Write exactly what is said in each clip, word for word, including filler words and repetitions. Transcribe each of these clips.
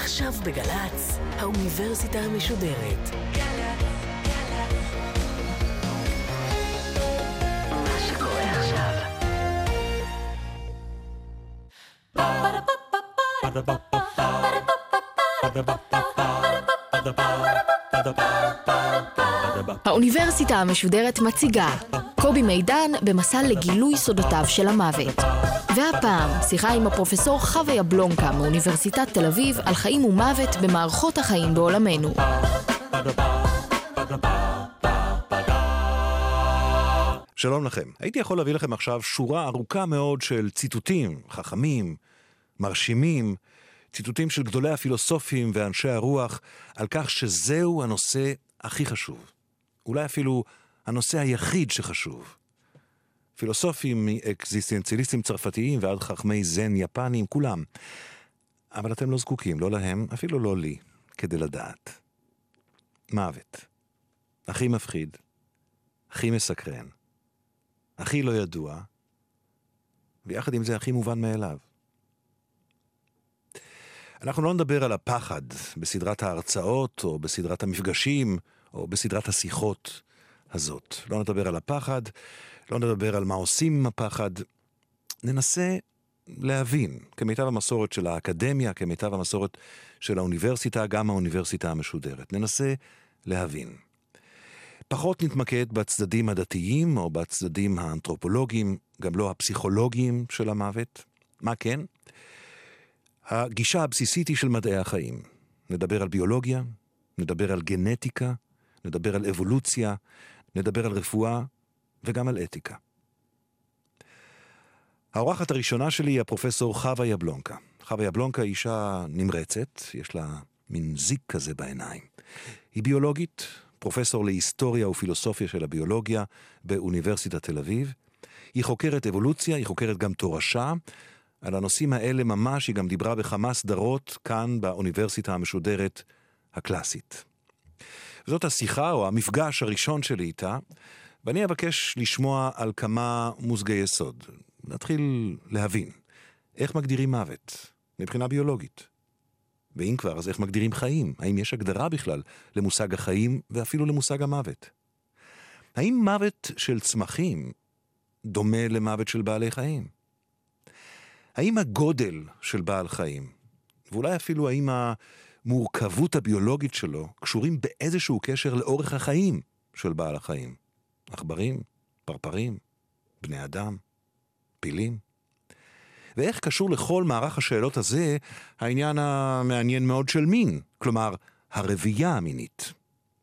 עכשיו בגלץ, האוניברסיטה המשודרת. מה שקורה עכשיו. האוניברסיטה המשודרת מציגה קובי מידן במסע לגילוי סודותיו של המוות. והפעם שיחה עם הפרופסור חווה יבלונקה מאוניברסיטת תל אביב על חיים ומוות במערכות החיים בעולמנו. שלום לכם. הייתי יכול להביא לכם עכשיו שורה ארוכה מאוד של ציטוטים חכמים, מרשימים, ציטוטים של גדולי הפילוסופים ואנשי הרוח על כך שזהו הנושא הכי חשוב. אולי אפילו הנושא היחיד שחשוב. פילוסופים אקזיסטנציאליסטים צרפתיים ועד חכמי זן יפנים, כולם. אבל אתם לא זקוקים, לא להם, אפילו לא לי, כדי לדעת. מוות. הכי מפחיד, הכי מסקרן, הכי לא ידוע, ויחד עם זה הכי מובן מאליו. אנחנו לא נדבר על הפחד בסדרת ההרצאות, או בסדרת המפגשים, או בסדרת השיחות הזאת. לא נדבר על הפחד, לא נדבר על מה עושים עם הפחד. ננסה להבין, כמיטב המסורת של האקדמיה, כמיטב המסורת של האוניברסיטה, גם האוניברסיטה המשודרת. ננסה להבין. פחות נתמקד בצדדים הדתיים, או בצדדים האנתרופולוגיים, גם לא הפסיכולוגיים של המוות. מה כן? הגישה הבסיסית היא של מדעי החיים. נדבר על ביולוגיה, נדבר על גנטיקה, נדבר על אבולוציה, נדבר על רפואה וגם על אתיקה. האורחת הראשונה שלי היא הפרופסור חווה יבלונקה. חווה יבלונקה היא אישה נמרצת, יש לה מין זיק כזה בעיניים. היא ביולוגית, פרופסור להיסטוריה ופילוסופיה של הביולוגיה באוניברסיטת תל אביב. היא חוקרת אבולוציה, היא חוקרת גם תורשה. על הנושאים האלה ממש היא גם דיברה בכמה סדרות כאן באוניברסיטה המשודרת הקלאסית. זאת השיחה או המפגש הראשון שלי איתה, ואני אבקש לשמוע על כמה מושגי יסוד. נתחיל להבין איך מגדירים מוות מבחינה ביולוגית. ואם כבר, אז איך מגדירים חיים? האם יש הגדרה בכלל למושג החיים ואפילו למושג המוות? האם מוות של צמחים דומה למוות של בעלי חיים? האם הגודל של בעל חיים, ואולי אפילו האם המורכבות הביולוגית שלו, קשורים באיזשהו קשר לאורך החיים של בעל החיים? עכברים, פרפרים, בני אדם, פילים. ואיך קשור לכל מערך השאלות הזה העניין המעניין מאוד של מין, כלומר הרבייה המינית.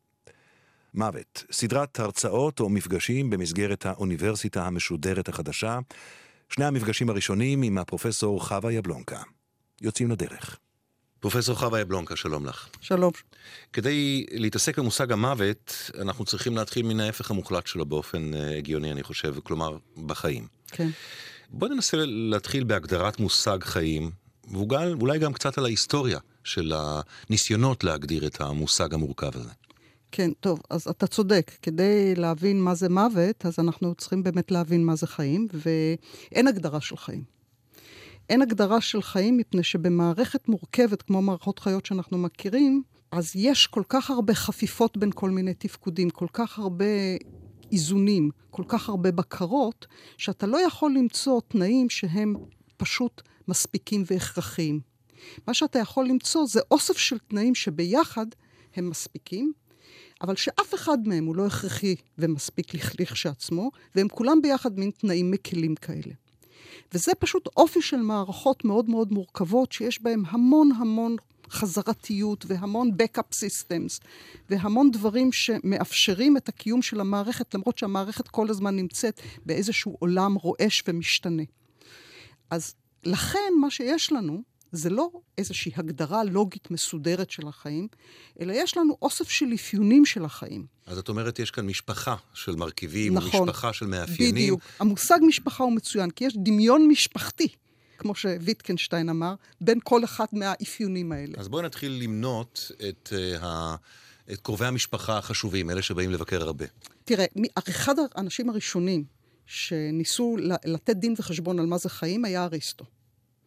מוות, סדרת הרצאות או מפגשים במסגרת האוניברסיטה המשודרת החדשה, שני המפגשים הראשונים עם הפרופסור חווה יבלונקה. יוצאים לדרך. פרופסור חווה יבלונקה, שלום לך. שלום. כדי להתעסק במושג המוות, אנחנו צריכים להתחיל מן ההפך המוחלט שלו באופן הגיוני, אני חושב, כלומר, בחיים. כן. בואו ננסה להתחיל בהגדרת מושג חיים, ואולי גם קצת על ההיסטוריה של הניסיונות להגדיר את המושג המורכב הזה. כן, טוב, אז אתה צודק. כדי להבין מה זה מוות, אז אנחנו צריכים באמת להבין מה זה חיים, ואין הגדרה של חיים. אין הגדרה של חיים מפני שבמערכת מורכבת, כמו מערכות חיות שאנחנו מכירים, אז יש כל כך הרבה חפיפות בין כל מיני תפקודים, כל כך הרבה איזונים, כל כך הרבה בקרות, שאתה לא יכול למצוא תנאים שהם פשוט מספיקים והכרחיים. מה שאתה יכול למצוא זה אוסף של תנאים שביחד הם מספיקים, אבל שאף אחד מהם הוא לא הכרחי ומספיק לכשעצמו, והם כולם ביחד מין תנאים מקלים כאלה. וזה פשוט אופי של מערכות מאוד מאוד מורכבות, שיש בהם המון המון חזרתיות והמון backup systems, והמון דברים שמאפשרים את הקיום של המערכת, למרות שהמערכת כל הזמן נמצאת באיזשהו עולם רועש ומשתנה. אז לכן מה שיש לנו, זה לא איזושהי הגדרה לוגית מסודרת של החיים, אלא יש לנו אוסף של אפיונים של החיים. אז את אומרת, יש כאן משפחה של מרכיבים, נכון, משפחה של מאפיינים. בדיוק. המושג משפחה הוא מצוין, כי יש דמיון משפחתי, כמו שוויטקנשטיין אמר, בין כל אחד מהאפיונים האלה. אז בואי נתחיל למנות את, uh, ה... את קרובי המשפחה החשובים, אלה שבאים לבקר הרבה. תראה, אחד האנשים הראשונים שניסו לתת דין וחשבון על מה זה חיים, היה אריסטו.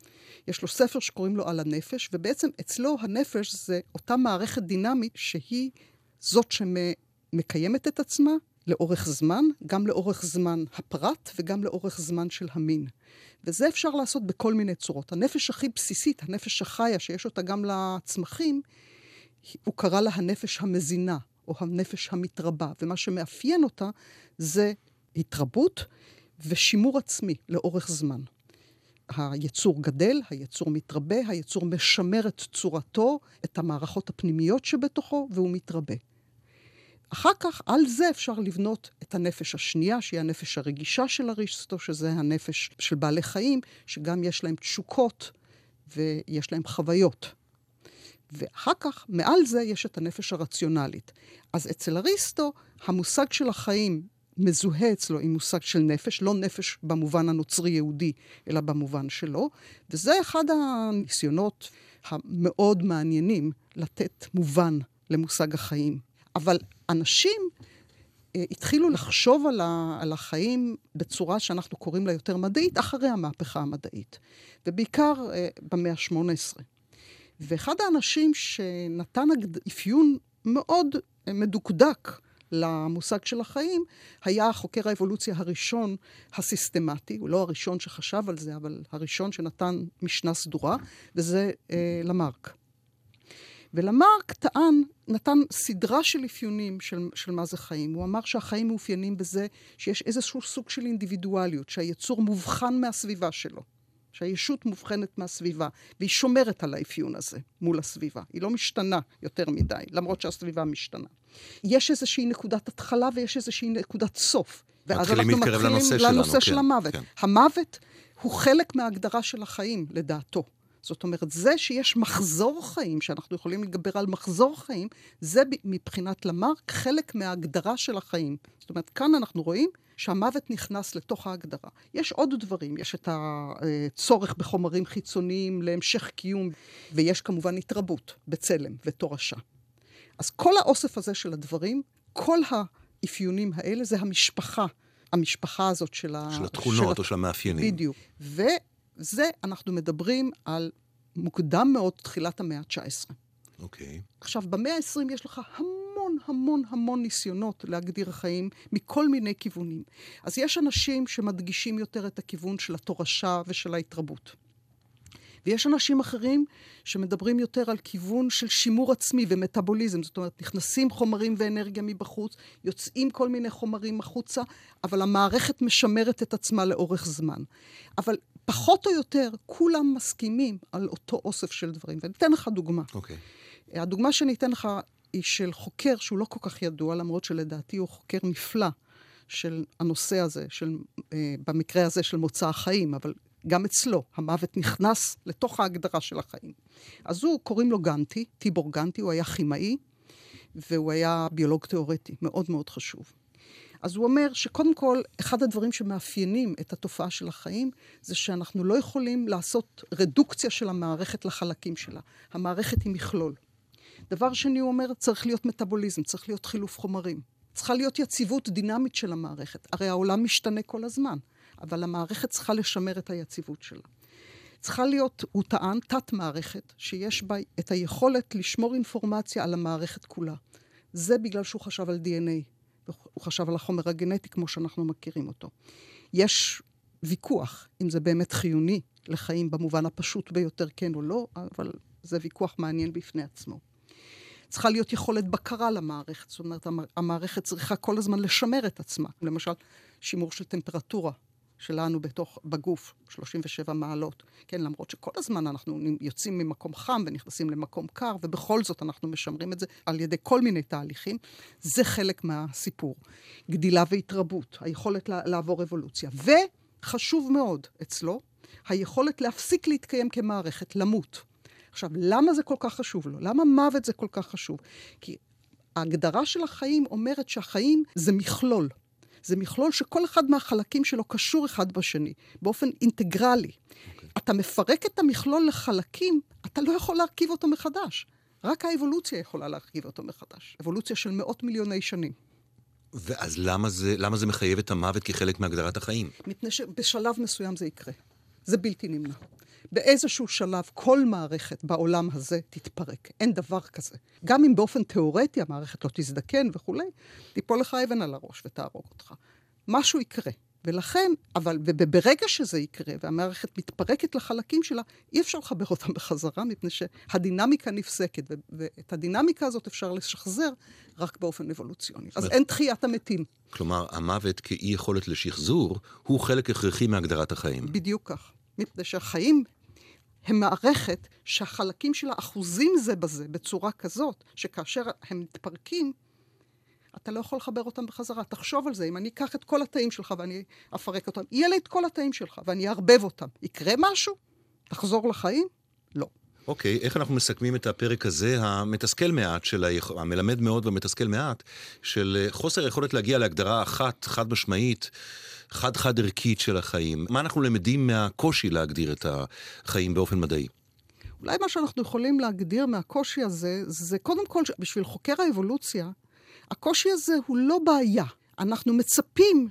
יש לו ספר שקוראים לו על הנפש, ובעצם אצלו הנפש זה אותה מערכת דינמית שהיא זאת שמקיימת את עצמה לאורך זמן, גם לאורך זמן הפרט וגם לאורך זמן של המין. וזה אפשר לעשות בכל מיני צורות. הנפש הכי בסיסית, הנפש החיה, שיש אותה גם לצמחים, הוא קרא לה הנפש המזינה, או הנפש המתרבה. ומה שמאפיין אותה זה התרבות ושימור עצמי לאורך זמן. היצור גדל, היצור מתרבה, היצור משמר את צורתו, את המערכות הפנימיות שבתוכו, והוא מתרבה. אחר כך, על זה אפשר לבנות את הנפש השנייה, שהיא הנפש הרגישה של אריסטו, שזה הנפש של בעלי חיים, שגם יש להם תשוקות ויש להם חוויות. ואחר כך, מעל זה יש את הנפש הרציונלית. אז אצל אריסטו, המושג של החיים מזוהה אצלו עם מושג של נפש, לא נפש במובן הנוצרי-יהודי, אלא במובן שלו, וזה אחד הניסיונות המאוד מעניינים לתת מובן למושג החיים. אבל אנשים אה, התחילו לחשוב על, ה, על החיים בצורה שאנחנו קוראים לה יותר מדעית, אחרי המהפכה המדעית, ובעיקר אה, במאה ה-שמונה עשרה. ואחד האנשים שנתן אפיון מאוד אה, מדוקדק למושג של החיים, היה חוקר האבולוציה הראשון הסיסטמטי, הוא לא הראשון שחשב על זה, אבל הראשון שנתן משנה סדורה, וזה אה, למרק. ולמרק טען, נתן סדרה של אפיונים של, של מה זה חיים. הוא אמר שהחיים מאופיינים בזה שיש איזשהו סוג של אינדיבידואליות, שהיצור מובחן מהסביבה שלו, שהישות מובחנת מהסביבה, והיא שומרת על האפיון הזה מול הסביבה. היא לא משתנה יותר מדי, למרות שהסביבה משתנה. יש איזושהי נקודת התחלה ויש איזושהי נקודת סוף. ואז אנחנו מתחילים לנושא, לנושא שלנו, של כן, המוות. כן. המוות הוא חלק מההגדרה של החיים, לדעתו. זאת אומרת, זה שיש מחזור חיים, שאנחנו יכולים לדבר על מחזור חיים, זה מבחינת למרק חלק מההגדרה של החיים. זאת אומרת, כאן אנחנו רואים שהמוות נכנס לתוך ההגדרה. יש עוד דברים, יש את הצורך בחומרים חיצוניים להמשך קיום, ויש כמובן התרבות בצלם ותורשה. אז כל האוסף הזה של הדברים, כל האפיונים האלה, זה המשפחה, המשפחה הזאת של ה... של התכונות של או של המאפיינים. בדיוק. וזה אנחנו מדברים על מוקדם מאוד תחילת המאה ה-תשע עשרה. אוקיי. עכשיו, במאה ה-עשרים יש לך המון המון המון ניסיונות להגדיר חיים מכל מיני כיוונים. אז יש אנשים שמדגישים יותר את הכיוון של התורשה ושל ההתרבות. ויש אנשים אחרים שמדברים יותר על כיוון של שימור עצמי ומטאבוליזם. זאת אומרת, נכנסים חומרים ואנרגיה מבחוץ, יוצאים כל מיני חומרים החוצה, אבל המערכת משמרת את עצמה לאורך זמן. אבל פחות או יותר, כולם מסכימים על אותו אוסף של דברים. ואני אתן לך דוגמה. אוקיי. Okay. הדוגמה שאני אתן לך היא של חוקר שהוא לא כל כך ידוע, למרות שלדעתי הוא חוקר נפלא של הנושא הזה, של, אה, במקרה הזה של מוצא החיים, אבל גם אצלו, המוות נכנס לתוך ההגדרה של החיים. אז הוא, קוראים לו גנטי, טיבור גנטי, הוא היה כימאי, והוא היה ביולוג תיאורטי, מאוד מאוד חשוב. אז הוא אומר שקודם כל, אחד הדברים שמאפיינים את התופעה של החיים, זה שאנחנו לא יכולים לעשות רדוקציה של המערכת לחלקים שלה. המערכת היא מכלול. דבר שני, הוא אומר, צריך להיות מטאבוליזם, צריך להיות חילוף חומרים. צריכה להיות יציבות דינמית של המערכת. הרי העולם משתנה כל הזמן. אבל המערכת צריכה לשמר את היציבות שלה. צריכה להיות, הוא טען, תת מערכת, שיש בה את היכולת לשמור אינפורמציה על המערכת כולה. זה בגלל שהוא חשב על די אן איי, הוא חשב על החומר הגנטי כמו שאנחנו מכירים אותו. יש ויכוח אם זה באמת חיוני לחיים במובן הפשוט ביותר, כן או לא, אבל זה ויכוח מעניין בפני עצמו. צריכה להיות יכולת בקרה למערכת, זאת אומרת, המערכת צריכה כל הזמן לשמר את עצמה. למשל, שימור של טמפרטורה שלנו בתוך, בגוף, שלושים ושבע מעלות. כן, למרות שכל הזמן אנחנו יוצאים ממקום חם ונכנסים למקום קר, ובכל זאת אנחנו משמרים את זה על ידי כל מיני תהליכים. זה חלק מהסיפור. גדילה והתרבות, היכולת לעבור אבולוציה. וחשוב מאוד אצלו, היכולת להפסיק להתקיים כמערכת, למות. עכשיו, למה זה כל כך חשוב לו? למה מוות זה כל כך חשוב? כי ההגדרה של החיים אומרת שהחיים זה מכלול. זה מכלול שכל אחד מהחלקים שלו קשור אחד בשני, באופן אינטגרלי. Okay. אתה מפרק את המכלול לחלקים, אתה לא יכול להרכיב אותו מחדש. רק האבולוציה יכולה להרכיב אותו מחדש. אבולוציה של מאות מיליוני שנים. ואז למה זה, למה זה מחייב את המוות כחלק מהגדרת החיים? מפני שבשלב מסוים זה יקרה. זה בלתי נמנע. באיזשהו שלב כל מערכת בעולם הזה תתפרק. אין דבר כזה. גם אם באופן תיאורטי המערכת לא תזדקן וכו', תיפול לך אבן על הראש ותהרוג אותך. משהו יקרה. ולכן, אבל ברגע שזה יקרה, והמערכת מתפרקת לחלקים שלה, אי אפשר לחבר אותם בחזרה, מפני שהדינמיקה נפסקת, ואת הדינמיקה הזאת אפשר לשחזר רק באופן אבולוציוני. אז אין תחיית המתים. כלומר, המוות כאי יכולת לשחזור, הוא חלק הכרחי מהגדרת החיים. בדיוק כך. מפני שהחיים הם מערכת שהחלקים שלה אחוזים זה בזה, בצורה כזאת, שכאשר הם מתפרקים, אתה לא יכול לחבר אותם בחזרה. תחשוב על זה, אם אני אקח את כל התאים שלך ואני אפרק אותם, יהיה לי את כל התאים שלך ואני אערבב אותם. יקרה משהו? תחזור לחיים? לא. אוקיי, איך אנחנו מסכמים את הפרק הזה, המתסכל מעט, של היכ... המלמד מאוד והמתסכל מעט, של חוסר יכולת להגיע להגדרה אחת, חד משמעית, חד חד ערכית של החיים. מה אנחנו למדים מהקושי להגדיר את החיים באופן מדעי? אולי מה שאנחנו יכולים להגדיר מהקושי הזה, זה קודם כל, בשביל חוקר האבולוציה, הקושי הזה הוא לא בעיה. אנחנו מצפים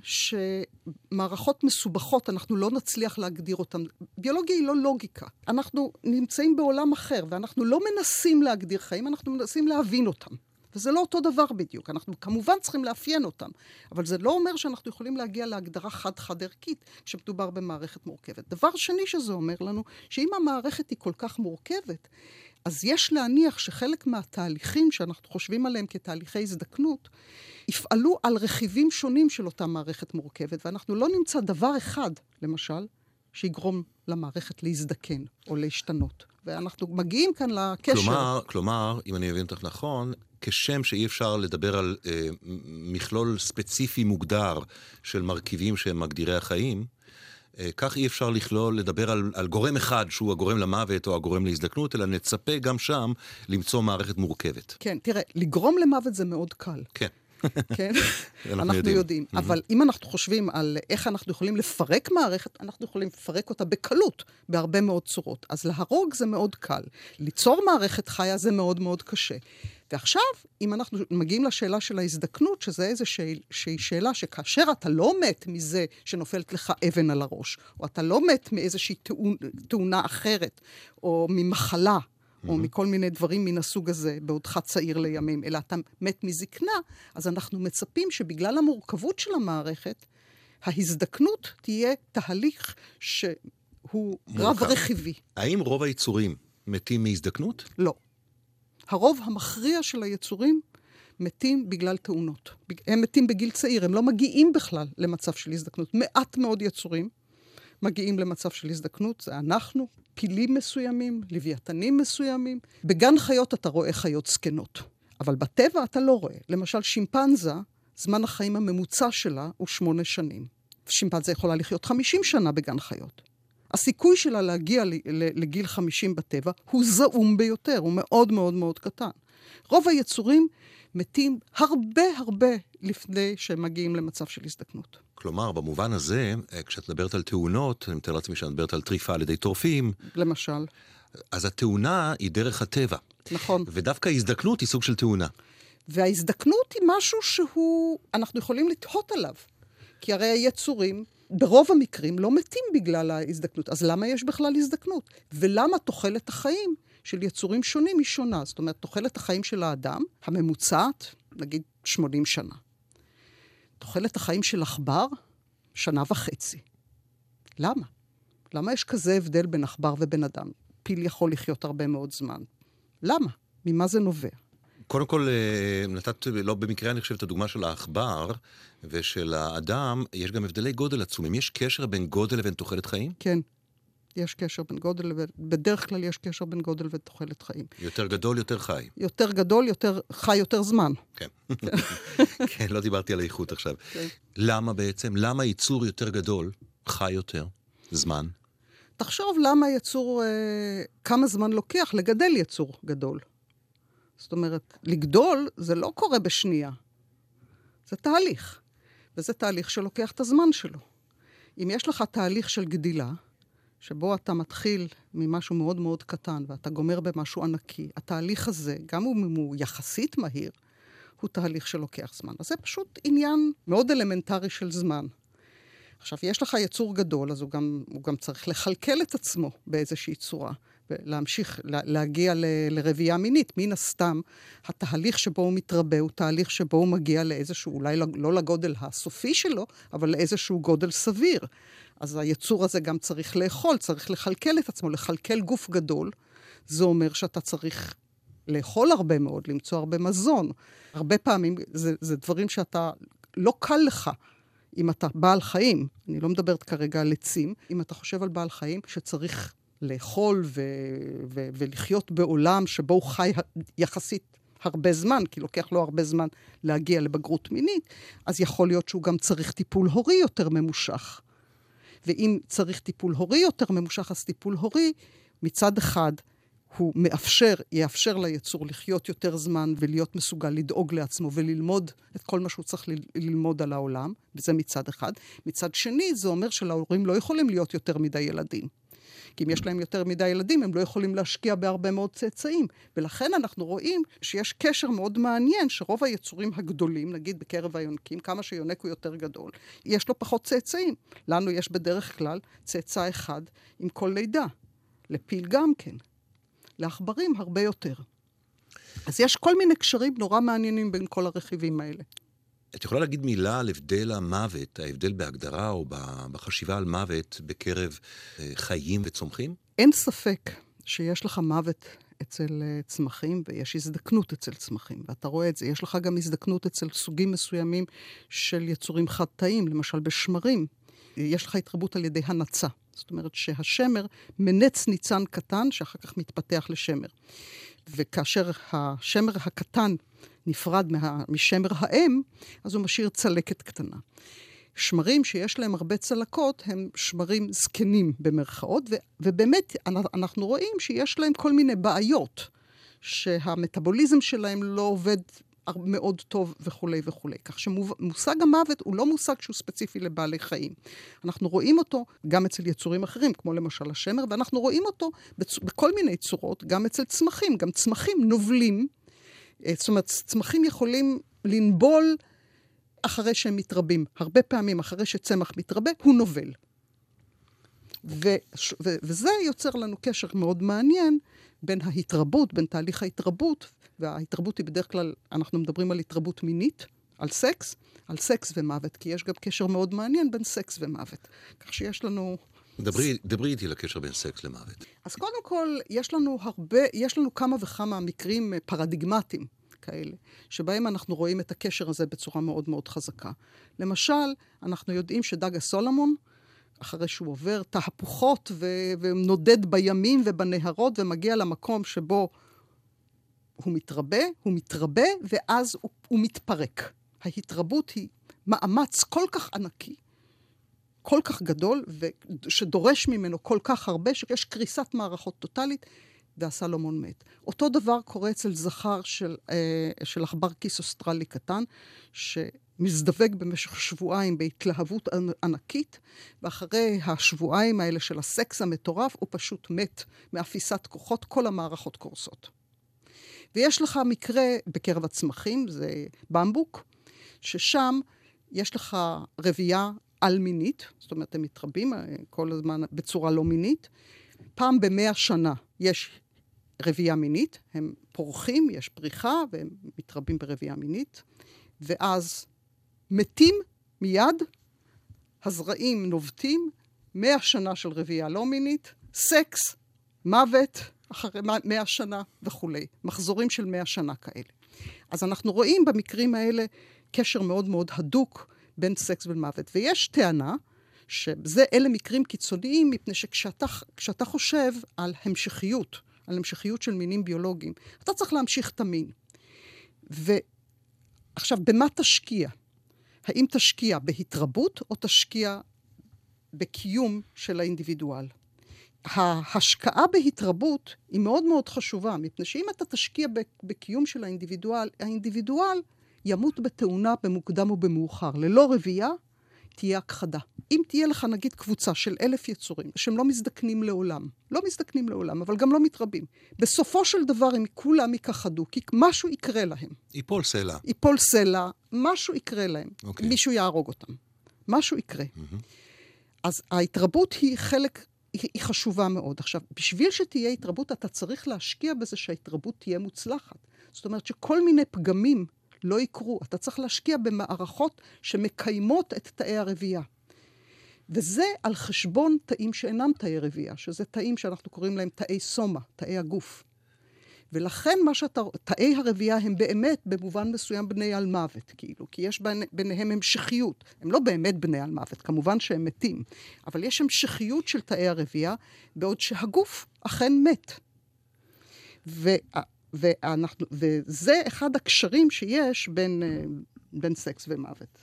שמערכות מסובכות, אנחנו לא נצליח להגדיר אותן. ביולוגיה היא לא לוגיקה. אנחנו נמצאים בעולם אחר, ואנחנו לא מנסים להגדיר חיים, אנחנו מנסים להבין אותם. וזה לא אותו דבר בדיוק. אנחנו כמובן צריכים לאפיין אותם, אבל זה לא אומר שאנחנו יכולים להגיע להגדרה חד-חד ערכית, כשמדובר במערכת מורכבת. דבר שני שזה אומר לנו, שאם המערכת היא כל כך מורכבת, אז יש להניח שחלק מהתהליכים שאנחנו חושבים עליהם כתהליכי הזדקנות, יפעלו על רכיבים שונים של אותה מערכת מורכבת, ואנחנו לא נמצא דבר אחד, למשל, שיגרום למערכת להזדקן או להשתנות. ואנחנו מגיעים כאן לקשר. כלומר, כלומר, אם אני מבין אותך נכון, כשם שאי אפשר לדבר על אה, מכלול ספציפי מוגדר של מרכיבים שהם מגדירי החיים, כך אי אפשר לכלול, לדבר על, על גורם אחד שהוא הגורם למוות או הגורם להזדקנות, אלא נצפה גם שם למצוא מערכת מורכבת. כן, תראה, לגרום למוות זה מאוד קל. כן. כן? אנחנו, אנחנו יודעים. יודעים. Mm-hmm. אבל אם אנחנו חושבים על איך אנחנו יכולים לפרק מערכת, אנחנו יכולים לפרק אותה בקלות, בהרבה מאוד צורות. אז להרוג זה מאוד קל. ליצור מערכת חיה זה מאוד מאוד קשה. ועכשיו, אם אנחנו מגיעים לשאלה של ההזדקנות, שזה איזושהי שאלה שכאשר אתה לא מת מזה שנופלת לך אבן על הראש, או אתה לא מת מאיזושהי תאונה אחרת, או ממחלה, mm-hmm. או מכל מיני דברים מן הסוג הזה, בעודך צעיר לימים, אלא אתה מת מזקנה, אז אנחנו מצפים שבגלל המורכבות של המערכת, ההזדקנות תהיה תהליך שהוא רב רכיבי. האם רוב היצורים מתים מהזדקנות? לא. הרוב המכריע של היצורים מתים בגלל תאונות. הם מתים בגיל צעיר, הם לא מגיעים בכלל למצב של הזדקנות. מעט מאוד יצורים מגיעים למצב של הזדקנות, זה אנחנו, פילים מסוימים, לוויתנים מסוימים. בגן חיות אתה רואה חיות זקנות, אבל בטבע אתה לא רואה. למשל שימפנזה, זמן החיים הממוצע שלה הוא שמונה שנים. שימפנזה יכולה לחיות חמישים שנה בגן חיות. הסיכוי שלה להגיע לגיל חמישים בטבע הוא זעום ביותר, הוא מאוד מאוד מאוד קטן. רוב היצורים מתים הרבה הרבה לפני שהם מגיעים למצב של הזדקנות. כלומר, במובן הזה, כשאת מדברת על תאונות, אני מתאר לעצמי שאת מדברת על טריפה על ידי טורפים. למשל. אז התאונה היא דרך הטבע. נכון. ודווקא ההזדקנות היא סוג של תאונה. וההזדקנות היא משהו שהוא, אנחנו יכולים לתהות עליו. כי הרי היצורים ברוב המקרים לא מתים בגלל ההזדקנות. אז למה יש בכלל הזדקנות? ולמה תוחלת החיים של יצורים שונים היא שונה? זאת אומרת, תוחלת החיים של האדם, הממוצעת, נגיד שמונים שנה. תוחלת החיים של עכבר, שנה וחצי. למה? למה יש כזה הבדל בין עכבר ובין אדם? פיל יכול לחיות הרבה מאוד זמן. למה? ממה זה נובע? קודם כל, נתת, לא במקרה אני חושב את הדוגמה של העכבר ושל האדם, יש גם הבדלי גודל עצומים. יש קשר בין גודל לבין תוחלת חיים? כן. יש קשר בין גודל, בדרך כלל יש קשר בין גודל ותוחלת חיים. יותר גדול, יותר חי. יותר גדול, יותר חי, יותר זמן. כן. כן, לא דיברתי על האיכות עכשיו. כן. למה בעצם? למה ייצור יותר גדול חי יותר זמן? תחשוב למה יצור, אה, כמה זמן לוקח לגדל יצור גדול. זאת אומרת, לגדול זה לא קורה בשנייה. זה תהליך. וזה תהליך שלוקח את הזמן שלו. אם יש לך תהליך של גדילה, שבו אתה מתחיל ממשהו מאוד מאוד קטן, ואתה גומר במשהו ענקי, התהליך הזה, גם אם הוא יחסית מהיר, הוא תהליך שלוקח זמן. אז זה פשוט עניין מאוד אלמנטרי של זמן. עכשיו, יש לך יצור גדול, אז הוא גם, הוא גם צריך לכלכל את עצמו באיזושהי צורה, ולהמשיך, להגיע ל, לרבייה מינית. מן הסתם, התהליך שבו הוא מתרבה, הוא תהליך שבו הוא מגיע לאיזשהו, אולי לא לגודל הסופי שלו, אבל לאיזשהו גודל סביר. אז היצור הזה גם צריך לאכול, צריך לכלכל את עצמו, לכלכל גוף גדול. זה אומר שאתה צריך לאכול הרבה מאוד, למצוא הרבה מזון. הרבה פעמים זה, זה דברים שאתה, לא קל לך, אם אתה בעל חיים, אני לא מדברת כרגע על עצים, אם אתה חושב על בעל חיים שצריך לאכול ו- ו- ולחיות בעולם שבו הוא חי יחסית הרבה זמן, כי לוקח לו הרבה זמן להגיע לבגרות מינית, אז יכול להיות שהוא גם צריך טיפול הורי יותר ממושך. ואם צריך טיפול הורי יותר ממושך, אז טיפול הורי מצד אחד הוא מאפשר, יאפשר ליצור לחיות יותר זמן ולהיות מסוגל לדאוג לעצמו וללמוד את כל מה שהוא צריך ל- ללמוד על העולם, וזה מצד אחד. מצד שני, זה אומר שלהורים לא יכולים להיות יותר מדי ילדים. כי אם יש להם יותר מדי ילדים, הם לא יכולים להשקיע בהרבה מאוד צאצאים. ולכן אנחנו רואים שיש קשר מאוד מעניין, שרוב היצורים הגדולים, נגיד בקרב היונקים, כמה שיונק הוא יותר גדול, יש לו פחות צאצאים. לנו יש בדרך כלל צאצא אחד עם כל לידה. לפיל גם כן. לעכברים הרבה יותר. אז יש כל מיני קשרים נורא מעניינים בין כל הרכיבים האלה. את יכולה להגיד מילה על הבדל המוות, ההבדל בהגדרה או בחשיבה על מוות בקרב חיים וצומחים? אין ספק שיש לך מוות אצל צמחים ויש הזדקנות אצל צמחים, ואתה רואה את זה. יש לך גם הזדקנות אצל סוגים מסוימים של יצורים חד-תאיים, למשל בשמרים. יש לך התרבות על ידי הנצה. זאת אומרת שהשמר מנץ ניצן קטן שאחר כך מתפתח לשמר. וכאשר השמר הקטן נפרד מה, משמר האם, אז הוא משאיר צלקת קטנה. שמרים שיש להם הרבה צלקות הם שמרים זקנים במרכאות, ו, ובאמת אנחנו רואים שיש להם כל מיני בעיות, שהמטאבוליזם שלהם לא עובד מאוד טוב וכו' וכו'. כך שמושג המוות הוא לא מושג שהוא ספציפי לבעלי חיים. אנחנו רואים אותו גם אצל יצורים אחרים, כמו למשל השמר, ואנחנו רואים אותו בצ... בכל מיני צורות, גם אצל צמחים. גם צמחים נובלים, זאת אומרת, צמחים יכולים לנבול אחרי שהם מתרבים. הרבה פעמים אחרי שצמח מתרבה, הוא נובל. ו... ו... וזה יוצר לנו קשר מאוד מעניין בין ההתרבות, בין תהליך ההתרבות, וההתרבות היא בדרך כלל, אנחנו מדברים על התרבות מינית, על סקס, על סקס ומוות, כי יש גם קשר מאוד מעניין בין סקס ומוות. כך שיש לנו... דברי, דברי איתי לקשר בין סקס למוות. אז קודם כל, יש לנו הרבה, יש לנו כמה וכמה מקרים פרדיגמטיים כאלה, שבהם אנחנו רואים את הקשר הזה בצורה מאוד מאוד חזקה. למשל, אנחנו יודעים שדג הסולומון, אחרי שהוא עובר תהפוכות ו- ונודד בימים ובנהרות ומגיע למקום שבו הוא מתרבה, הוא מתרבה, ואז הוא, הוא מתפרק. ההתרבות היא מאמץ כל כך ענקי, כל כך גדול, שדורש ממנו כל כך הרבה, שיש קריסת מערכות טוטלית, והסלומון מת. אותו דבר קורה אצל זכר של, של עכבר כיס אוסטרלי קטן, שמזדווג במשך שבועיים בהתלהבות ענקית, ואחרי השבועיים האלה של הסקס המטורף, הוא פשוט מת מאפיסת כוחות, כל המערכות קורסות. ויש לך מקרה בקרב הצמחים, זה במבוק, ששם יש לך רבייה על-מינית, זאת אומרת, הם מתרבים כל הזמן בצורה לא מינית. פעם במאה שנה יש רבייה מינית, הם פורחים, יש פריחה, והם מתרבים ברבייה מינית, ואז מתים מיד, הזרעים נובטים, מאה שנה של רבייה לא מינית, סקס, מוות, אחרי מאה שנה וכולי. מחזורים של מאה שנה כאלה. אז אנחנו רואים במקרים האלה קשר מאוד מאוד הדוק בין סקס ומוות. ויש טענה שזה אלה מקרים קיצוניים, מפני שכשאתה כשאתה חושב על המשכיות, על המשכיות של מינים ביולוגיים, אתה צריך להמשיך את המין. ועכשיו, במה תשקיע? האם תשקיע בהתרבות או תשקיע בקיום של האינדיבידואל? ההשקעה בהתרבות היא מאוד מאוד חשובה, מפני שאם אתה תשקיע בקיום של האינדיבידואל, האינדיבידואל ימות בתאונה במוקדם או במאוחר. ללא רבייה תהיה הכחדה. אם תהיה לך נגיד קבוצה של אלף יצורים, שהם לא מזדקנים לעולם, לא מזדקנים לעולם, אבל גם לא מתרבים. בסופו של דבר הם כולם יכחדו, כי משהו יקרה להם. ייפול סלע. ייפול סלע, משהו יקרה להם. Okay. מישהו יהרוג אותם. משהו יקרה. Mm-hmm. אז ההתרבות היא חלק, היא, היא חשובה מאוד. עכשיו, בשביל שתהיה התרבות, אתה צריך להשקיע בזה שההתרבות תהיה מוצלחת. זאת אומרת שכל מיני פגמים לא יקרו. אתה צריך להשקיע במערכות שמקיימות את תאי הרבייה. וזה על חשבון תאים שאינם תאי רבייה, שזה תאים שאנחנו קוראים להם תאי סומה, תאי הגוף. ולכן מה שאתה, תאי הרבייה הם באמת במובן מסוים בני על מוות, כאילו, כי יש ביניהם המשכיות. הם לא באמת בני על מוות, כמובן שהם מתים, אבל יש המשכיות של תאי הרבייה, בעוד שהגוף אכן מת. ו, ואנחנו, וזה אחד הקשרים שיש בין, בין סקס ומוות.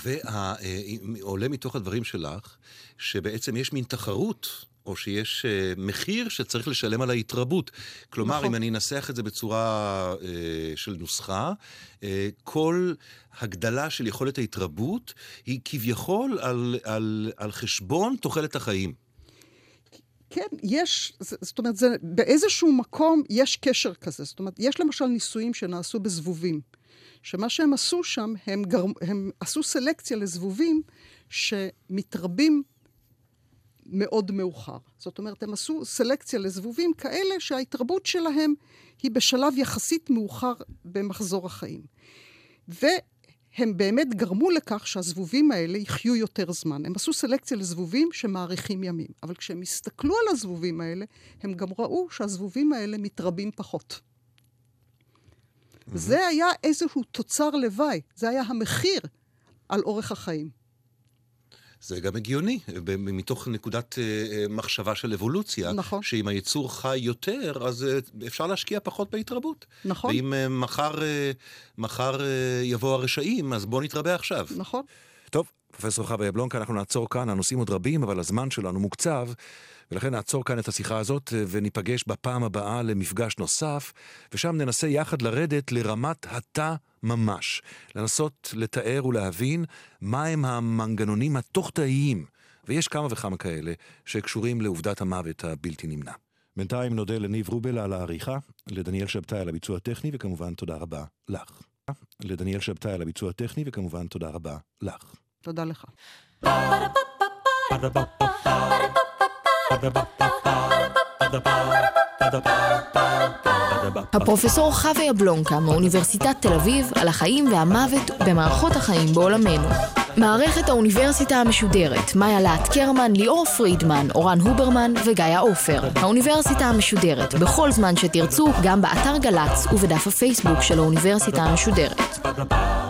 ועולה מתוך הדברים שלך, שבעצם יש מין תחרות, או שיש uh, מחיר שצריך לשלם על ההתרבות. כלומר, נכון. אם אני אנסח את זה בצורה uh, של נוסחה, uh, כל הגדלה של יכולת ההתרבות היא כביכול על, על, על חשבון תוחלת החיים. כן, יש, זאת אומרת, זה, באיזשהו מקום יש קשר כזה. זאת אומרת, יש למשל ניסויים שנעשו בזבובים, שמה שהם עשו שם, הם, גר, הם עשו סלקציה לזבובים שמתרבים מאוד מאוחר. זאת אומרת, הם עשו סלקציה לזבובים כאלה שההתרבות שלהם היא בשלב יחסית מאוחר במחזור החיים. והם באמת גרמו לכך שהזבובים האלה יחיו יותר זמן. הם עשו סלקציה לזבובים שמאריכים ימים. אבל כשהם הסתכלו על הזבובים האלה, הם גם ראו שהזבובים האלה מתרבים פחות. Mm-hmm. זה היה איזשהו תוצר לוואי. זה היה המחיר על אורך החיים. זה גם הגיוני, מתוך נקודת מחשבה של אבולוציה, נכון. שאם היצור חי יותר, אז אפשר להשקיע פחות בהתרבות. נכון. ואם מחר, מחר יבוא הרשעים, אז בוא נתרבה עכשיו. נכון. טוב, פרופסור חווה יבלונקה, אנחנו נעצור כאן, הנושאים עוד רבים, אבל הזמן שלנו מוקצב, ולכן נעצור כאן את השיחה הזאת, וניפגש בפעם הבאה למפגש נוסף, ושם ננסה יחד לרדת לרמת התא ממש, לנסות לתאר ולהבין מהם המנגנונים התוך-תאיים, ויש כמה וכמה כאלה שקשורים לעובדת המוות הבלתי נמנע. בינתיים נודה לניב רובל על העריכה, לדניאל שבתאי על הביצוע הטכני, וכמובן תודה רבה לך. לדניאל שבתאי על הביצוע הטכני, וכמובן תודה רבה לך. תודה לך. הפרופסור חווה יבלונקה מאוניברסיטת תל אביב על החיים והמוות במערכות החיים בעולמנו. מערכת האוניברסיטה המשודרת, מאיה להט קרמן, ליאור פרידמן, אורן הוברמן וגיא עופר. האוניברסיטה המשודרת, בכל זמן שתרצו, גם באתר גלץ ובדף הפייסבוק של האוניברסיטה המשודרת.